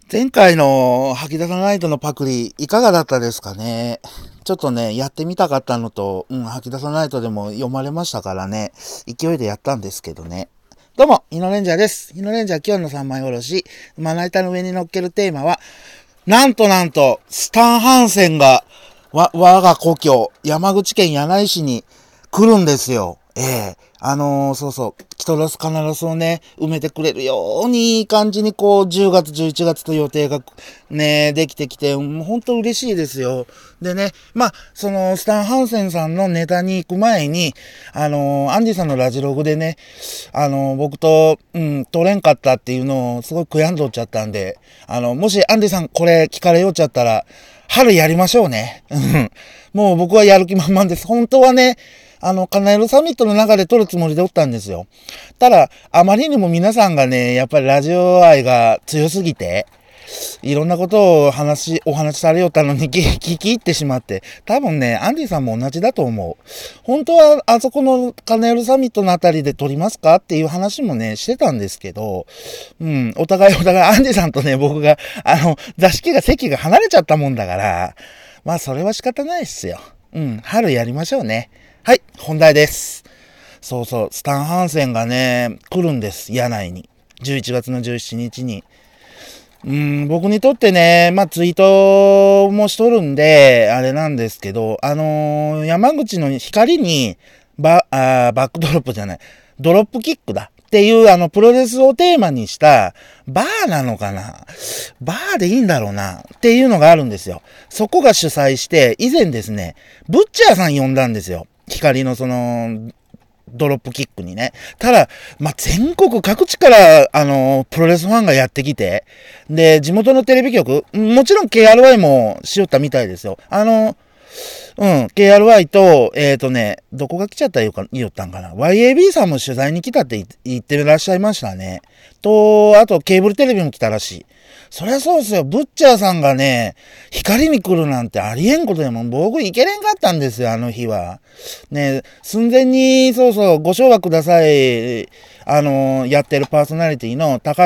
前回の吐き出さないとのパクリ、いかがだったですかね。ちょっとね、やってみたかったのと、吐き出さないとでも読まれましたからね、勢いでやったんですけどね。どうも、日野レンジャーです。日野レンジャー今日の三枚おろし、まな板の上に乗っけるテーマは、なんと、スタンハンセンが、我が故郷、山口県柳井市に来るんですよ。キトロスカナロスをね、埋めてくれるようにいい感じに10月、11月と予定がね、できてきて、もう本当嬉しいですよ。でね、スタンハンセンさんのネタに行く前に、アンディさんのラジログでね、僕と、撮れんかったっていうのをすごい悔やんどっちゃったんで、もしアンディさんこれ聞かれよっちゃったら、春やりましょうね。もう僕はやる気満々です。本当はね、カナエルサミットの中で撮るつもりでおったんですよ。ただ、あまりにも皆さんがね、やっぱりラジオ愛が強すぎて、いろんなことをお話しされよったのに聞き入ってしまって、多分ね、アンディさんも同じだと思う。本当はあそこのカナエルサミットのあたりで撮りますかっていう話もね、してたんですけど、お互い、アンディさんとね、僕が、座敷が席が離れちゃったもんだから、まあ、それは仕方ないっすよ。春やりましょうね。はい、本題です。スタンハンセンがね、来るんです、柳井に。11月の17日に。僕にとってね、ツイートもしとるんで、あれなんですけど、山口の光に、バックドロップじゃない、ドロップキックだっていう、プロレスをテーマにした、バーなのかな、バーでいいんだろうなっていうのがあるんですよ。そこが主催して、以前ですね、ブッチャーさん呼んだんですよ。光のドロップキックにね。ただ、全国各地から、プロレスファンがやってきて、で、地元のテレビ局、もちろん KRY もしよったみたいですよ。KRY と、どこが来ちゃったら言ったんかな。YAB さんも取材に来たって言ってらっしゃいましたね。と、あとケーブルテレビも来たらしい。そりゃそうですよ。ブッチャーさんがね、光に来るなんてありえんことでも僕行けれんかったんですよ、あの日は。ね、寸前に、ご唱和ください。やってるパーソナリティの高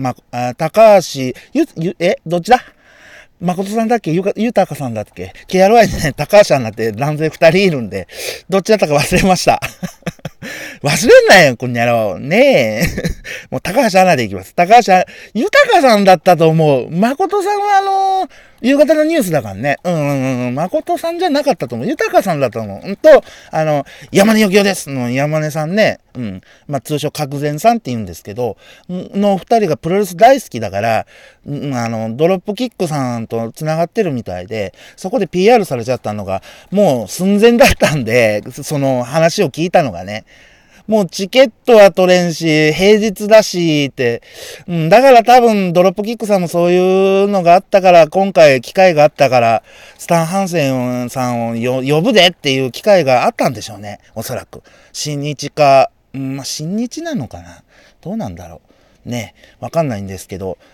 橋、どっちだ誠さんだっけゆたかさんだっけ ?KRY でね、高橋さんだって男性二人いるんで、どっちだったか忘れました。忘れんなよ、こんにゃろ。ねえ。もう高橋アナでいきます。高橋豊さんだったと思う。誠さんは夕方のニュースだからね。誠さんじゃなかったと思う。豊さんだと思う。山根よきおです。山根さんね。通称角前さんって言うんですけど、の二人がプロレス大好きだから、ドロップキックさんと繋がってるみたいで、そこで PR されちゃったのが、もう寸前だったんで、その話を聞いたのがね。もうチケットは取れんし、平日だし、って。だから多分ドロップキックさんもそういうのがあったから、今回機会があったから、スタンハンセンさんを呼ぶでっていう機会があったんでしょうね。おそらく。新日か、新日なのかなどうなんだろう。ね、わかんないんですけど。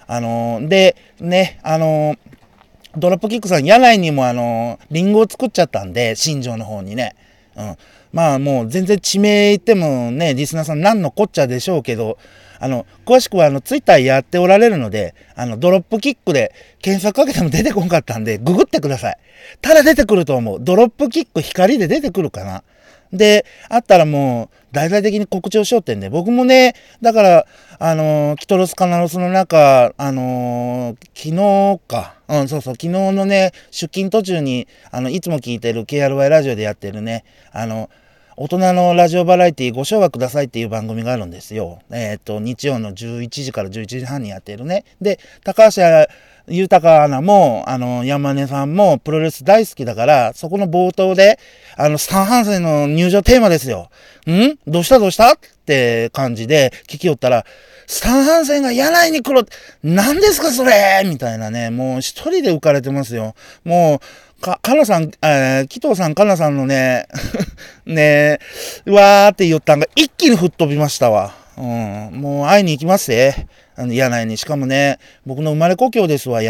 ドロップキックさん、柳井にもリンゴを作っちゃったんで、新庄の方にね。もう全然地名言ってもね、リスナーさん何のこっちゃでしょうけど、詳しくはツイッターやっておられるので、ドロップキックで検索かけても出てこんかったんで、ググってください。ただ出てくると思う。ドロップキック光で出てくるかな。で、あったらもう、大々的に告知をしようってんで、僕もね、だから、キトロスカナロスの中、昨日か。昨日のね、出勤途中に、いつも聞いてる KRY ラジオでやってるね、大人のラジオバラエティご唱和くださいっていう番組があるんですよ。日曜の11時から11時半にやってるね。で、高橋豊アナも、山根さんもプロレス大好きだから、そこの冒頭で、スタンハンセンの入場テーマですよ。どうしたって感じで聞きよったら、スタンハンセンが柳井に来る何ですかそれみたいなね、もう一人で浮かれてますよ。もう、かなさん、紀藤さん、かなさんのね、ねうわーって言ったんが一気に吹っ飛びましたわ。もう会いに行きますね。柳井に。しかもね、僕の生まれ故郷ですわ、柳井。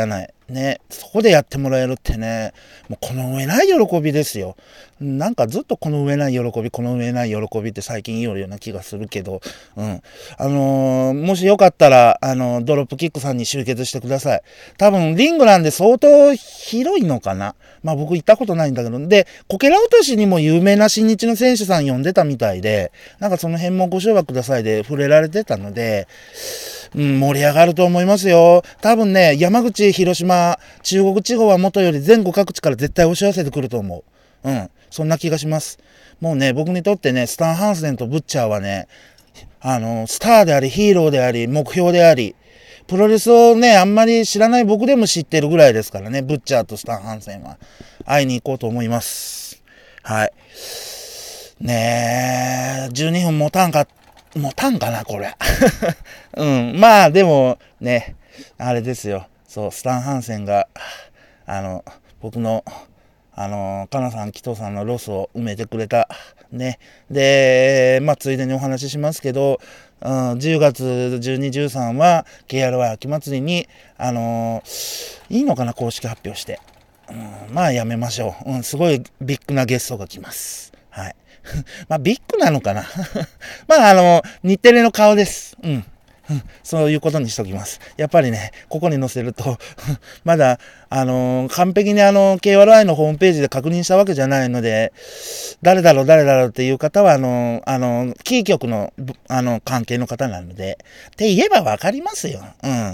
ね、そこでやってもらえるってね、もうこの上ない喜びですよ。なんかずっとこの上ない喜び、この上ない喜びって最近言うような気がするけど、うん。もしよかったら、ドロップキックさんに集結してください。多分、リングなんで相当広いのかな。まあ僕行ったことないんだけど、で、こけら落としにも有名な新日の選手さん呼んでたみたいで、なんかその辺もご唱和くださいで触れられてたので、盛り上がると思いますよ。多分ね、山口、広島、中国地方は元より全国各地から絶対押し寄せてくると思う。そんな気がします。もうね、僕にとってね、スタン・ハンセンとブッチャーはね、スターであり、ヒーローであり、目標であり、プロレスをね、あんまり知らない僕でも知ってるぐらいですからね、ブッチャーとスタン・ハンセンは。会いに行こうと思います。はい。ねえ、12分持たんかな、これ。まあ、でも、ね、あれですよ。そう、スタン・ハンセンが、僕の、かなさん、紀藤さんのロスを埋めてくれた。ね。で、まあ、ついでにお話ししますけど、10月12、13は、KRY 秋祭りに、いいのかな、公式発表して。まあ、やめましょう。すごいビッグなゲストが来ます。はい。まあ、ビッグなのかな。まあ、日テレの顔です。そういうことにしときます。やっぱりね、ここに載せると、まだ、完璧にKRI のホームページで確認したわけじゃないので、誰だろうっていう方は、キー局の、関係の方なので、って言えばわかりますよ。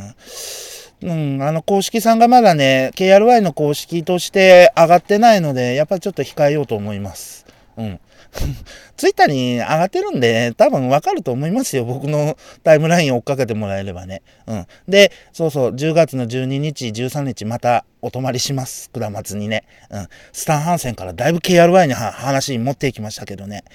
公式さんがまだね、KRI の公式として上がってないので、やっぱりちょっと控えようと思います。ツイッターに上がってるんで、多分わかると思いますよ。僕のタイムラインを追っかけてもらえればね。で、そうそう、10月の12日、13日、またお泊まりします。下松にね。スタン・ハンセンからだいぶ KRY に話に持っていきましたけどね。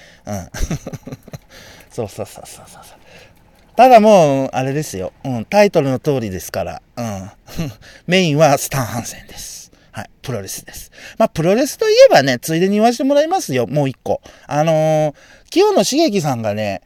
そう。ただもう、あれですよ。タイトルの通りですから。メインはスタン・ハンセンです。はい、プロレスです。まあ、プロレスといえばね、ついでに言わせてもらいますよ、もう一個。清野茂樹さんがね、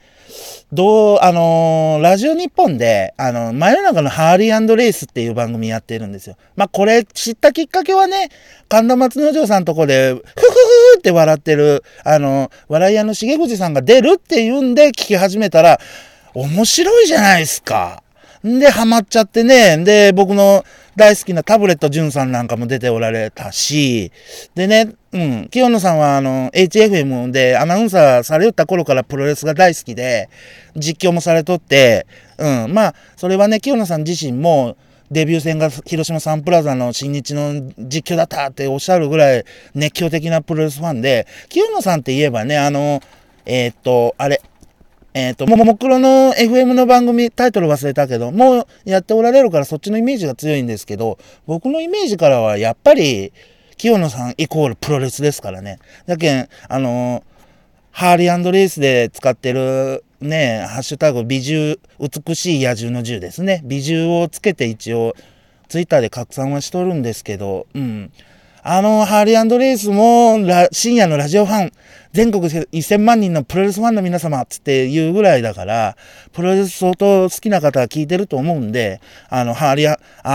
ラジオ日本で、真夜中のハーリー&レースっていう番組やってるんですよ。まあ、これ知ったきっかけはね、神田松之丞さんのとこで、ふふふって笑ってる、笑い屋の重口さんが出るっていうんで聞き始めたら、面白いじゃないですか。で、ハマっちゃってね。で、僕の大好きなタブレットジュンさんなんかも出ておられたし、でね、清野さんはHFM でアナウンサーされた頃からプロレスが大好きで、実況もされとって、まあ、それはね、清野さん自身も、デビュー戦が広島サンプラザの新日の実況だったっておっしゃるぐらい熱狂的なプロレスファンで、清野さんって言えばね、ももクロの FM の番組、タイトル忘れたけど、もうやっておられるからそっちのイメージが強いんですけど、僕のイメージからはやっぱり、清野さんイコールプロレスですからね。だけん、ハーリー&レースで使ってるね、ハッシュタグ美獣、美しい野獣の獣ですね。美獣をつけて一応、ツイッターで拡散はしとるんですけど、ハーリー&レースも、深夜のラジオファン、全国1000万人のプロレスファンの皆様、つって言うぐらいだから、プロレス相当好きな方は聞いてると思うんで、ハーリ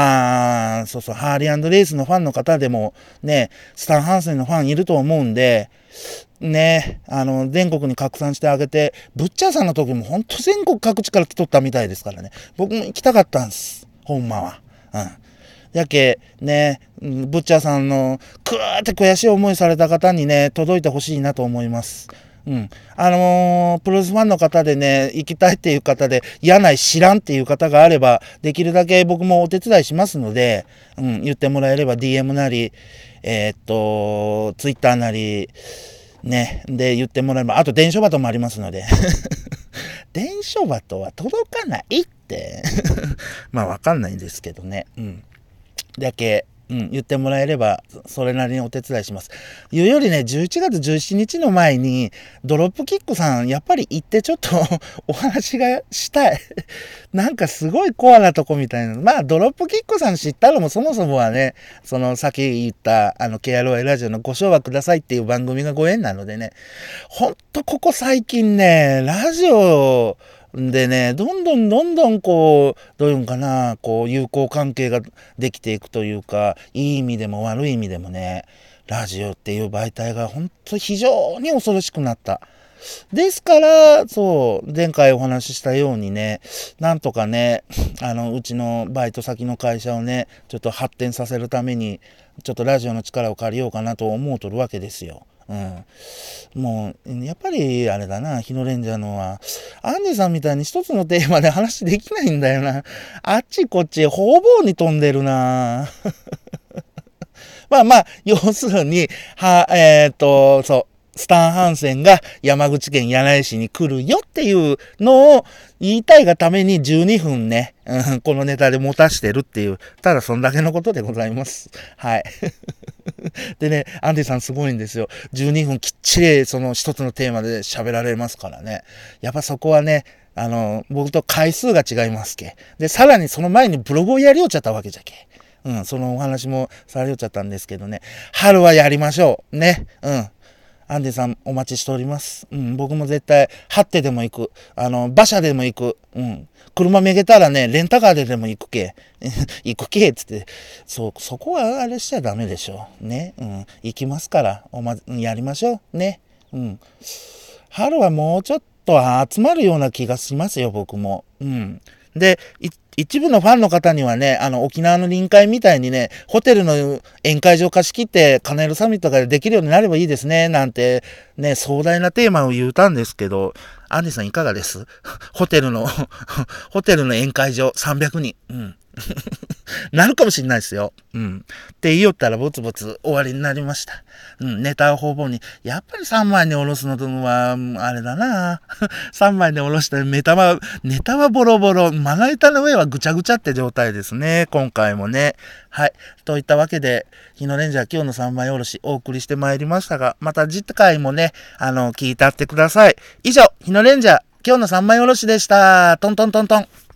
ー&レースのファンの方でも、ね、スタン・ハンセンのファンいると思うんで、ね、全国に拡散してあげて、ブッチャーさんの時も本当全国各地から来とったみたいですからね。僕も行きたかったんです。ほんまは。やけ、ね、ブッチャーさんの、くーって悔しい思いされた方にね、届いてほしいなと思います。プロレスファンの方でね、行きたいっていう方で、嫌ない知らんっていう方があれば、できるだけ僕もお手伝いしますので、言ってもらえれば DM なり、Twitter なり、ね、で言ってもらえば、あと電書バトもありますので。電書バトは届かないって。まあわかんないんですけどね。だけ、言ってもらえれば、それなりにお手伝いします。いうよりね、11月17日の前に、ドロップキックさん、やっぱり行ってちょっとお話がしたい。なんかすごいコアなとこみたいな。まあ、ドロップキックさん知ったのもそもそもはね、さっき言った、KRY ラジオのご唱和くださいっていう番組がご縁なのでね、ほんとここ最近ね、ラジオ、 でね、どんどんこう、どういうんかな、こう、友好関係ができていくというか、いい意味でも悪い意味でもね、ラジオっていう媒体が本当非常に恐ろしくなった。ですから、そう、前回お話ししたようにね、なんとかね、うちのバイト先の会社をね、ちょっと発展させるために、ちょっとラジオの力を借りようかなと思うとるわけですよ。うん。もう、やっぱり、あれだな、日野レンジャーのは、アンディさんみたいに一つのテーマで話できないんだよな。あっちこっち方々に飛んでるな。要するに、そう、スタン・ハンセンが山口県柳井市に来るよっていうのを言いたいがために12分ね、このネタで持たしてるっていう、ただそんだけのことでございます。はい。でね、アンディさんすごいんですよ。12分きっちりその一つのテーマで喋られますからね。やっぱそこはね、僕と回数が違いますけ。で、さらにその前にブログをやりよっちゃったわけじゃけ。そのお話もされよっちゃったんですけどね。春はやりましょう。ね。アンディさんお待ちしております。僕も絶対、張ってでも行く。馬車でも行く。車めげたらね、レンタカーででも行くけ。行くけ、つって。そこはあれしちゃダメでしょ。ね。行きますから、やりましょう。ね。春はもうちょっと集まるような気がしますよ、僕も。で、一部のファンの方にはね、沖縄の臨海みたいにね、ホテルの宴会場貸し切って、カネルサミットができるようになればいいですね、なんて、ね、壮大なテーマを言うたんですけど、アンディさんいかがですホテルの宴会場300人。なるかもしんないですよ。って言いよったらぼつぼつ終わりになりました。ネタを方々に、やっぱり3枚におろすのは、あれだな3枚におろしたネタはボロボロ、まな板の上はぐちゃぐちゃって状態ですね。今回もね。はい。といったわけで、日野レンジャー今日の3枚おろしお送りしてまいりましたが、また次回もね、聞いたってください。以上、日野レンジャー今日の3枚おろしでした。トントントントン。